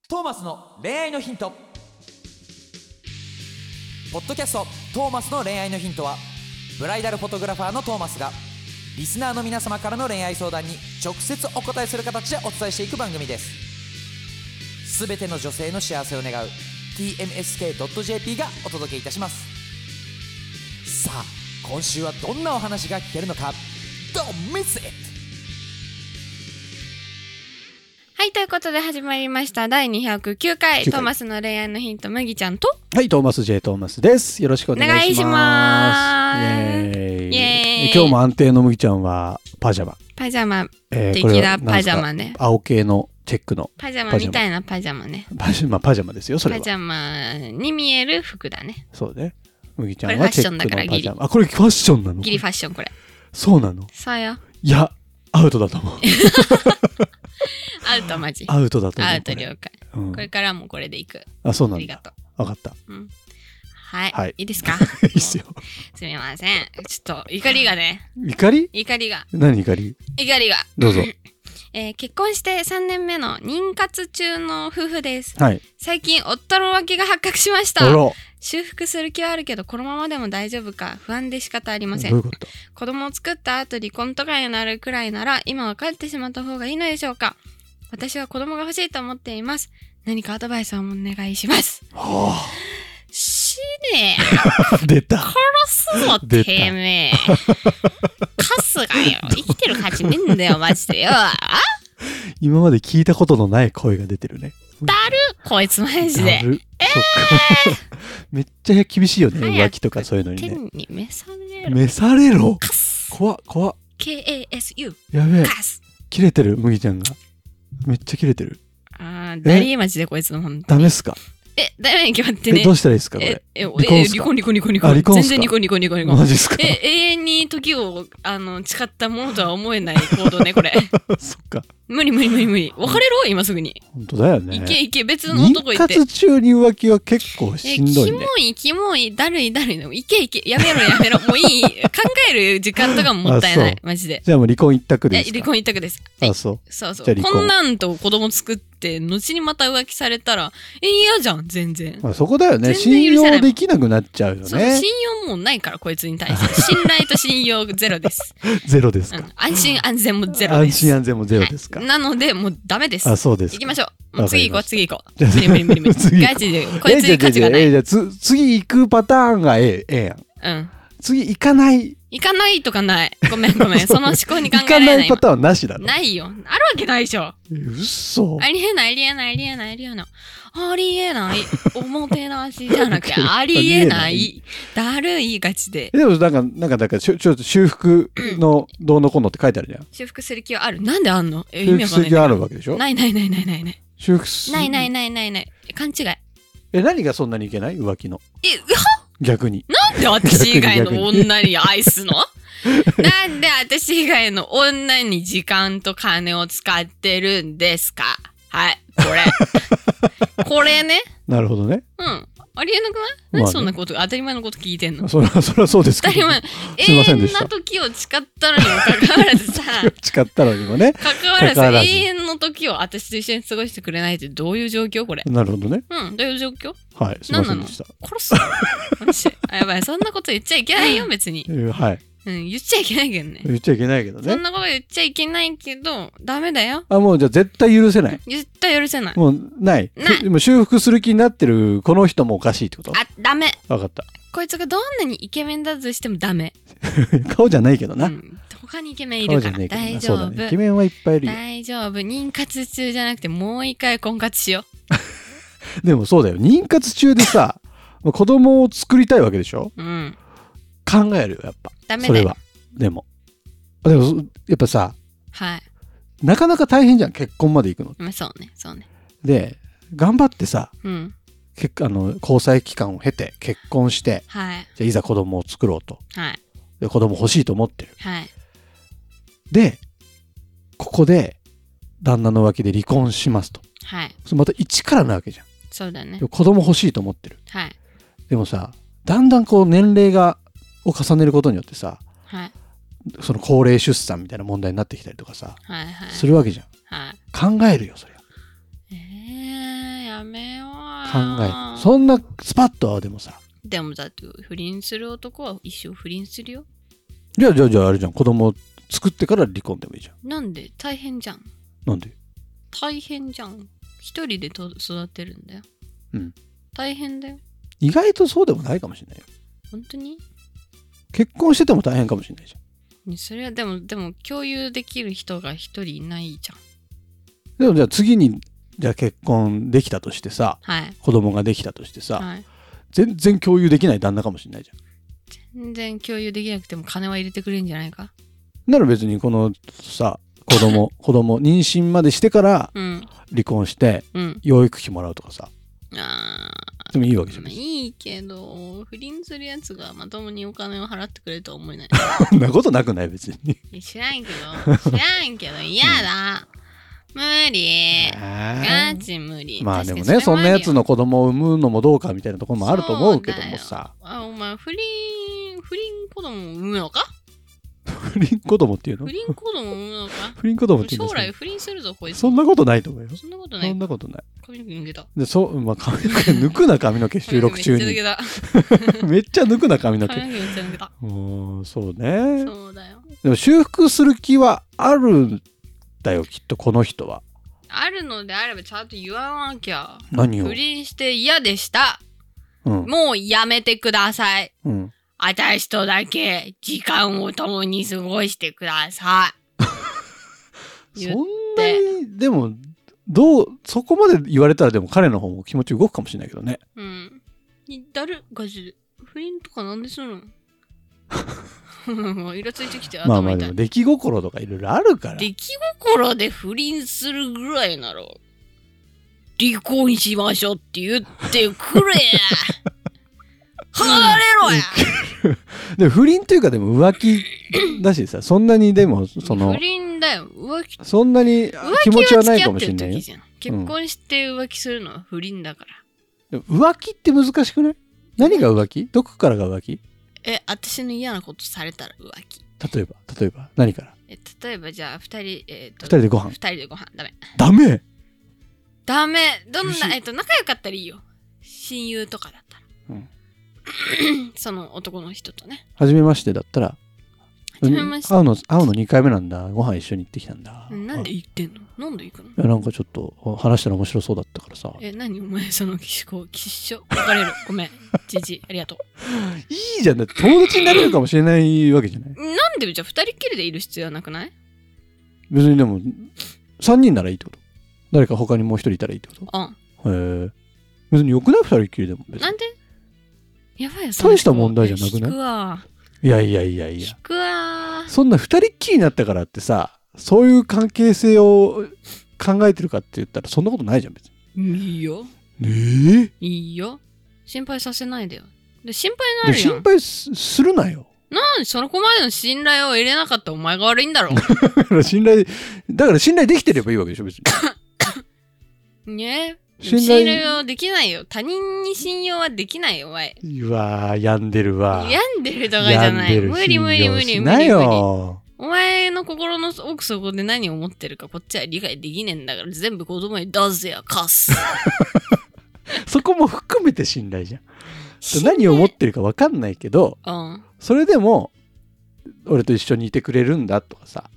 トーマスの恋愛のヒント。ポッドキャストトーマスの恋愛のヒントは、ブライダルフォトグラファーのトーマスがリスナーの皆様からの恋愛相談に直接お答えする形でお伝えしていく番組です。すべての女性の幸せを願う TMSK.jp がお届けいたします。さあ今週はどんなお話が聞けるのか、 Don't miss it。 はい、ということで始まりました第209回トーマスの恋愛のヒント、麦ちゃんと、 はい、トーマス J トーマスです。よろしくお願いします。イエーイ。今日も安定の麦ちゃんはパジャマ的なパジャマね。 青系のチェックのパジャマみたいなパジャマね。 パジャマですよ、それは。 パジャマに見える服だね。 そうね。麦ちゃんはチェックのパジャマ。 これファッションだからギリ。 あ、これファッションなの？ ギリファッションこれ。 そうなの？ そうよ。 いや、アウトだと思う。 アウトマジ。 アウトだと思う。 アウト了解。これからもこれでいく。 あ、そうなんだ。 ありがとう。わかった。 はい。いいですか？ いいっすよ。 すみません。ちょっと怒りがね。 怒りが。何怒り？ 怒りが。 どうぞ。 結婚して3年目の妊活中の夫婦です。 はい。 最近夫の浮気が発覚しました。修復する気はあるけどこのままでも大丈夫か不安で仕方ありません。 どういうこと？ 子供を作った後離婚とかになるくらいなら今は帰ってしまった方がいいのでしょうか？私は子供が欲しいと思っています。何かアドバイスをお願いします。 はあ、 死ね出た。 殺すぞてめえ。カスがよ、生きてる価値ねえんだよマジでよ。 今まで聞いたことのない声が出てるね。 だるこいつマジで。 そっか。めっちゃ厳しいよね、浮気とかそういうのにね。 天に召されろ。 召されろ。 カス。 怖っ。 KASU。 やべえ。 カス。 切れてる、麦ちゃんが。めっちゃ切れてる。 ダリーマジでこいつの本当に。 ダメっすか？ ダメに決まってね。 どうしたらいいですかこれ？離婚。 全然離婚。 マジっすか？ 永遠に時を誓ったものとは思えない行動ねこれ。 そっか。無理。別れろ今すぐに。 本当だよね。 いけ別の男行って。 妊活中に浮気は結構しんどいね。 キモいだるいの。いけやめろもういい。考える時間とかももったいないマジで。 じゃあもう離婚一択ですか？ 離婚一択です。 あ、そう。 そう。こんなんと子供作って後にまた浮気されたら嫌じゃん全然。 そこだよね。信用できなくなっちゃうよね。 そう信用もないからこいつに対して信頼と信用ゼロです。 ゼロですか？ 安心安全もゼロです。 安心安全もゼロですか？ なのでもうダメです。 あ、そうです。 行きましょう。もう次行こう。無理。ガチでこいつに価値がない。 じゃあ次行くパターンがええやん。次行かないとかない。ごめん。その思考に考えられない。 行かないパターンはなしだろ。 ないよ。あるわけないでしょ。 嘘。 ありえない。おもてなしじゃなくてありえない。だるいガチで。 でもなんかちょっと修復のどうのこうのって書いてあるじゃん。 修復する気はある。なんであんの？ 修復する気はあるわけでしょ？ ない。 修復する。 ない。勘違い。 何がそんなにいけない？浮気の。逆に。 なんで私以外の女に愛すの？なんで私以外の女に時間と金を使ってるんですか？はい、これね。 なるほどね。 ありえなくない？なんでそんなこと当たり前のこと聞いてんの？ それはそうですけど。 当たり前。永遠な時を誓ったのにもかかわらずさ。 誓ったのにもね。 かかわらず永遠の時を私と一緒に過ごしてくれないってどういう状況これ？ なるほどね。 どういう状況？ はい、すいませんでした。 殺す。やばい、そんなこと言っちゃいけないよ別に。 はい。 言っちゃいけないけどね。 言っちゃいけないけどね。 そんなこと言っちゃいけないけど、ダメだよ。 もうじゃあ絶対許せない。 絶対許せない。 もうない。でも修復する気になってるこの人もおかしいってこと？ ダメ。 わかった。 こいつがどんなにイケメンだとしてもダメ。 顔じゃないけどな。 他にイケメンいるから大丈夫。 イケメンはいっぱいいるよ。 大丈夫。妊活中じゃなくてもう一回婚活しよう。でもそうだよ。妊活中でさ、子供を作りたいわけでしょ？考えるよやっぱ。 ダメだよ。 それは。でもやっぱさ、なかなか大変じゃん、結婚まで行くの。 そうね。 で頑張ってさ、交際期間を経て結婚して、じゃあいざ子供を作ろうと、で子供欲しいと思ってる、でここで旦那の浮気で離婚しますと、また一からなわけじゃん。 そうだね。 子供欲しいと思ってる、でもさだんだんこう年齢を重ねることによってさ、その高齢出産みたいな問題になってきたりとかさ、するわけじゃん。考えるよそりゃ。 やめようよ。 考え。そんなスパッとはでもさ。 でもだって不倫する男は一生不倫するよ。 じゃああれじゃん。子供作ってから離婚でもいいじゃん。 なんで大変じゃん。 なんで大変じゃん。一人で育てるんだよ。 うん。 大変だよ。 意外とそうでもないかもしれないよ。 本当に？ 結婚してても大変かもしれないじゃん。 それはでも共有できる人が一人いないじゃん。 でもじゃあ次にじゃあ結婚できたとしてさ、 はい、 子供ができたとしてさ、 はい、 全然共有できない旦那かもしれないじゃん。 全然共有できなくても金は入れてくれるんじゃないか。 なら別にこのさ子供妊娠までしてから離婚して、養育費もらうとかさ、でもいいわけじゃない。 いいけど不倫するやつがまともにお金を払ってくれるとは思えない。 そんなことなくない別に。 知らんけど嫌だ。無理。ガチ無理。 まあでもね、そんなやつの子供を産むのもどうかみたいなところもあると思うけどもさ。 お前不倫子供を産むのか？ 不倫子供っていうの？ 不倫子供を産むのか？ 不倫子供っていうの？ 将来不倫するぞこいつ。 そんなことないと思うよ。 そんなことない。髪の毛抜けた。 で、まあ、髪の毛抜くな髪の毛収録中に。めっちゃ抜くな髪の毛。 髪の毛めっちゃ抜けた。 そうね。 そうだよ。 でも修復する気はあるんだよ、きっとこの人は。 あるのであればちゃんと言わなきゃ。 何を？ 不倫して嫌でした。もうやめてください。私とだけ時間を共に過ごしてください。 そんなにでもそこまで言われたらでも彼の方も気持ち動くかもしれないけどね。 誰ガチで不倫とかなんでするの？イラついてきてまあまあでも出来心とかいろいろあるから。 出来心で不倫するぐらいなら離婚しましょうって言ってくれ。離れろや。 でも不倫というかでも浮気だしさ、そんなにでもその不倫だよ浮気。 そんなに気持ちはないかもしれないよ。 結婚して浮気するのは不倫だから。 でも浮気って難しくない？何が浮気？どこからが浮気？ 私の嫌なことされたら浮気。 例えば何から？ 例えばじゃあ2 人でご飯ダメ。どんな仲良かったらいいよ。親友とかだったら。その男の人とね。 初めましてだったら。会うの2回目なんだ。ご飯一緒に行ってきたんだ。 なんで行ってんの？なんで行くの？ いやなんかちょっと話したら面白そうだったからさ。 何お前そのきっしょ別れる。ごめん。じじありがとう。 いいじゃん。だって友達になれるかもしれないわけじゃない。 なんでじゃあ2人っきりでいる必要はなくない？ 別にでも3人ならいいってこと？誰か他にもう1人いたらいいってこと？へえ。別によくない？2人っきりでも別に。なんで？やばいよ。大した問題じゃなくない？聞くわ。いや。聞くわ。そんな2人っきりになったからってさ、そういう関係性を考えてるかって言ったらそんなことないじゃん別に。いいよ。いいよ。心配させないでよ。で心配になるよ。心配するなよ。なんでそこまでの信頼を入れなかったお前が悪いんだろ。だから信頼できてればいいわけでしょ別に。ねえ。信頼はできないよ。他人に信用はできないよ、お前。うわー、病んでるわ。病んでるとかじゃない。無理。お前の心の奥底で何を思ってるかこっちは理解できねえんだから全部子供に出せやかす。そこも含めて信頼じゃん。何を思ってるか分かんないけど、それでも俺と一緒にいてくれるんだとかさ、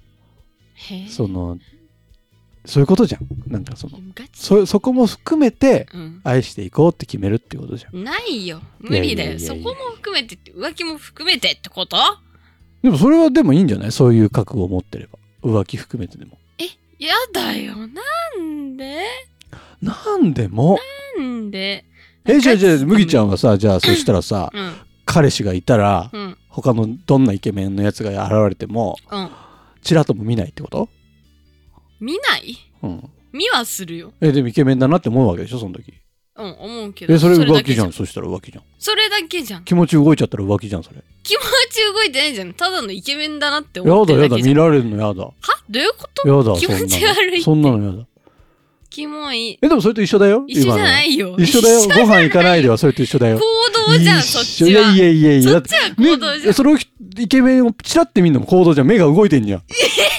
そういうことじゃん。なんかそこも含めて愛していこうって決めるってことじゃん。ないよ。無理だよ。そこも含めてって浮気も含めてってこと？でもそれはでもいいんじゃない？そういう覚悟を持ってれば。浮気含めてでも。やだよ。なんで？なんでも？なんで？じゃあ麦ちゃんはさ、じゃあそしたらさ、彼氏がいたら、他のどんなイケメンのやつが現れても、ちらっとも見ないってこと？見ない？見はするよ。でもイケメンだなって思うわけでしょその時。思うけど。それ浮気じゃん。そしたら浮気じゃん。それだけじゃん。気持ち動いちゃったら浮気じゃんそれ。気持ち動いてないじゃん。ただのイケメンだなって思ってるだけじゃん。やだ見られるのやだ。は？どういうこと？やだ。気持ち悪い。そんなのやだ。キモい。でもそれと一緒だよ。一緒じゃないよ。一緒だよ。ご飯行かないではそれと一緒だよ。行動じゃんそっちは。いや。そっちは行動じゃん。それをイケメンをチラって見るのも行動じゃん。目が動いてんじゃん。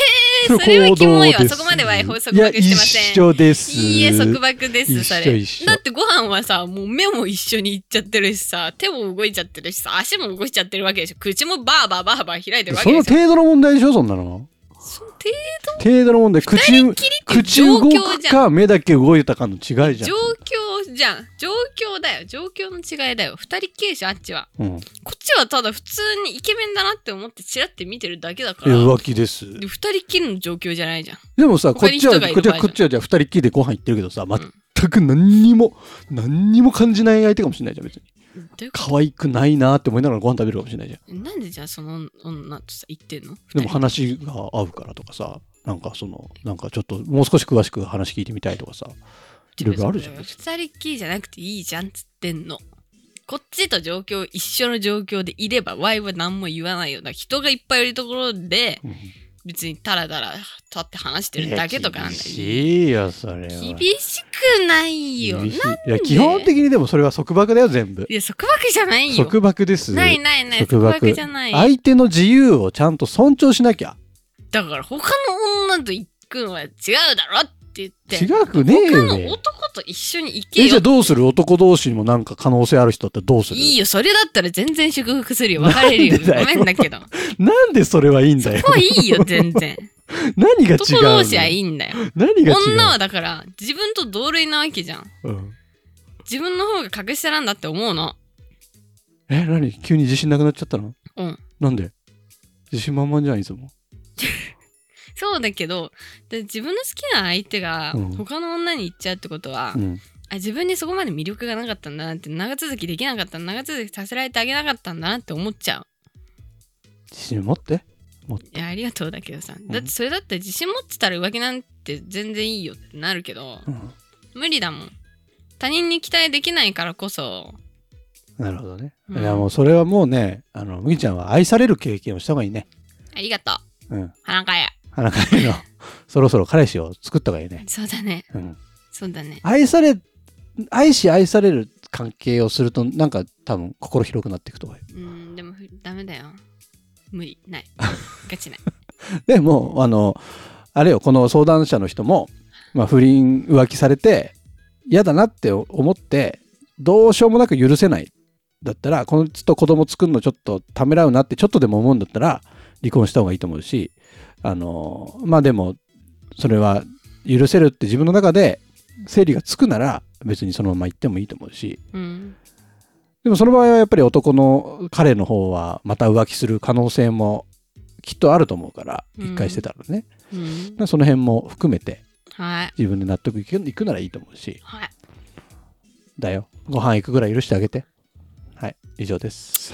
それはキモいわ。そこまでは束縛してません。 一緒です。 いいえ、束縛です、それ。 一緒だってご飯はさ、もう目も一緒にいっちゃってるしさ、手も動いちゃってるしさ、足も動いちゃってるわけでしょ。口もバーバーバーバー開いてるわけでしょ。 その程度の問題でしょ、そんなの。程度の問題。口動くか目だけ動いたかの違いじゃん。 状況じゃん。状況だよ。状況の違いだよ。二人っきりでしょ、あっちは、こっちはただ普通にイケメンだなって思ってチラって見てるだけだから。 浮気です。 二人っきりの状況じゃないじゃん。 でもさ、こっちはじゃあ二人っきりでご飯行ってるけどさ、全く何にも感じない相手かもしれないじゃん、別に。可愛くないなって思いながらご飯食べるかもしれないじゃん。 なんでじゃあその女とさ言ってんの？ でも話が合うからとかさ、なんかちょっともう少し詳しく話聞いてみたいとかさ、いろいろあるじゃん。 二人っきりじゃなくていいじゃんっつってんの。こっちと状況一緒の状況でいればワイは何も言わないよ。だから人がいっぱいいるところで、別にタラタラ立って話してるだけとかなんだよ。 厳しいよ、それは。 厳しくないよ。なんで？ いや、基本的にでもそれは束縛だよ、全部。 いや、束縛じゃないよ。 束縛です。 ない。束縛じゃない。 相手の自由をちゃんと尊重しなきゃ。 だから他の女と行くのは違うだろって言って。 違くねえよ。 他の男と一緒に行けよ。 じゃあどうする？男同士にもなんか可能性ある人ってどうする？ いいよ、それだったら全然祝福するよ。別れるよ。ごめんだけど。 なんでそれはいいんだよ。 そこはいいよ、全然。 何が違うの？ 男同士はいいんだよ。 何が違う？ 女はだから自分と同類なわけじゃん。自分の方が格下なんだって思うの。 何？急に自信なくなっちゃったの？なんで？自信満々じゃん、いつも。 そうだけど、自分の好きな相手が他の女に行っちゃうってことは、自分にそこまで魅力がなかったんだなって、長続きできなかった、長続きさせられてあげなかったんだなって思っちゃう。 自信持って。 いや、ありがとうだけどさ、だってそれだって自信持ってたら浮気なんて全然いいよってなるけど、無理だもん。他人に期待できないからこそ。 なるほどね。いや、もうそれはもうね、麦ちゃんは愛される経験をした方がいいね。 ありがとう。花かやのそろそろ彼氏を作った方がいいね。 そうだね。そうだね。 愛される関係をするとなんか多分心広くなっていくと思う。 でもダメだよ。無理ない。ガチない。 でもあれよ、この相談者の人も、不倫浮気されて嫌だなって思ってどうしようもなく許せないだったら、この人と子供作るのちょっとためらうなってちょっとでも思うんだったら離婚した方がいいと思うし、でもそれは許せるって自分の中で整理がつくなら別にそのまま行ってもいいと思うし、でもその場合はやっぱり彼の方はまた浮気する可能性もきっとあると思うから、一回してたらね、その辺も含めて自分で納得いくならいいと思うし、だよ、ご飯行くぐらい許してあげて。はい、以上です。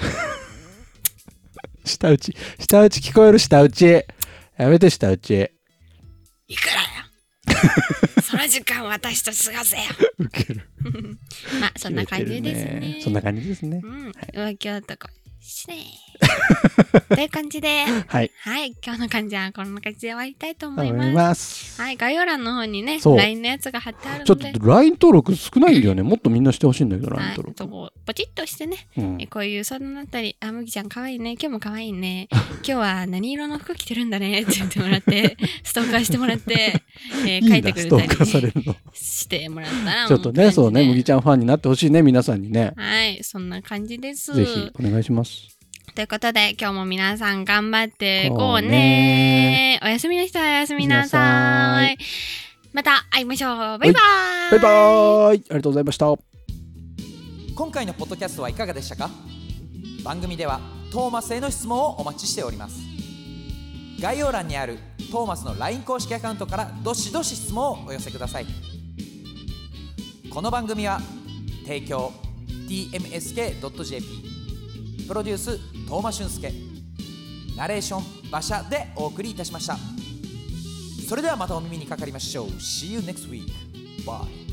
舌打ち聞こえる。舌打ちやめて、舌打ち。 いくらよ。その時間私と過ごせよ。 ウケる。 そんな感じですね。 そんな感じですね。 浮気男しねという感じで、はい、今日の感じはこんな感じで終わりたいと思います。はい、概要欄の方にね、LINE のやつが貼ってあるので、 ちょっと LINE 登録少ないんだよね。もっとみんなしてほしいんだけど、LINE 登録。 ポチッとしてね、こういう相談だったり、麦ちゃん可愛いね、今日も可愛いね、今日は何色の服着てるんだねって言ってもらって、ストーカーしてもらって、書いてくれたりしてもらったら、 ちょっとね、そうね、麦ちゃんファンになってほしいね、皆さんにね。 はい、そんな感じです。 ぜひお願いします。 ということで、今日も皆さん頑張っていこうね。おやすみの人はおやすみなさい。また会いましょう。バイバーイ。 バイバーイ。ありがとうございました。 今回のポッドキャストはいかがでしたか？番組ではトーマスへの質問をお待ちしております。概要欄にあるトーマスの LINE 公式アカウントからどしどし質問をお寄せください。この番組は提供 tmsk.jp、プロデュース東間俊介、ナレーション馬車でお送りいたしました。それではまたお耳にかかりましょう。See you next week. Bye.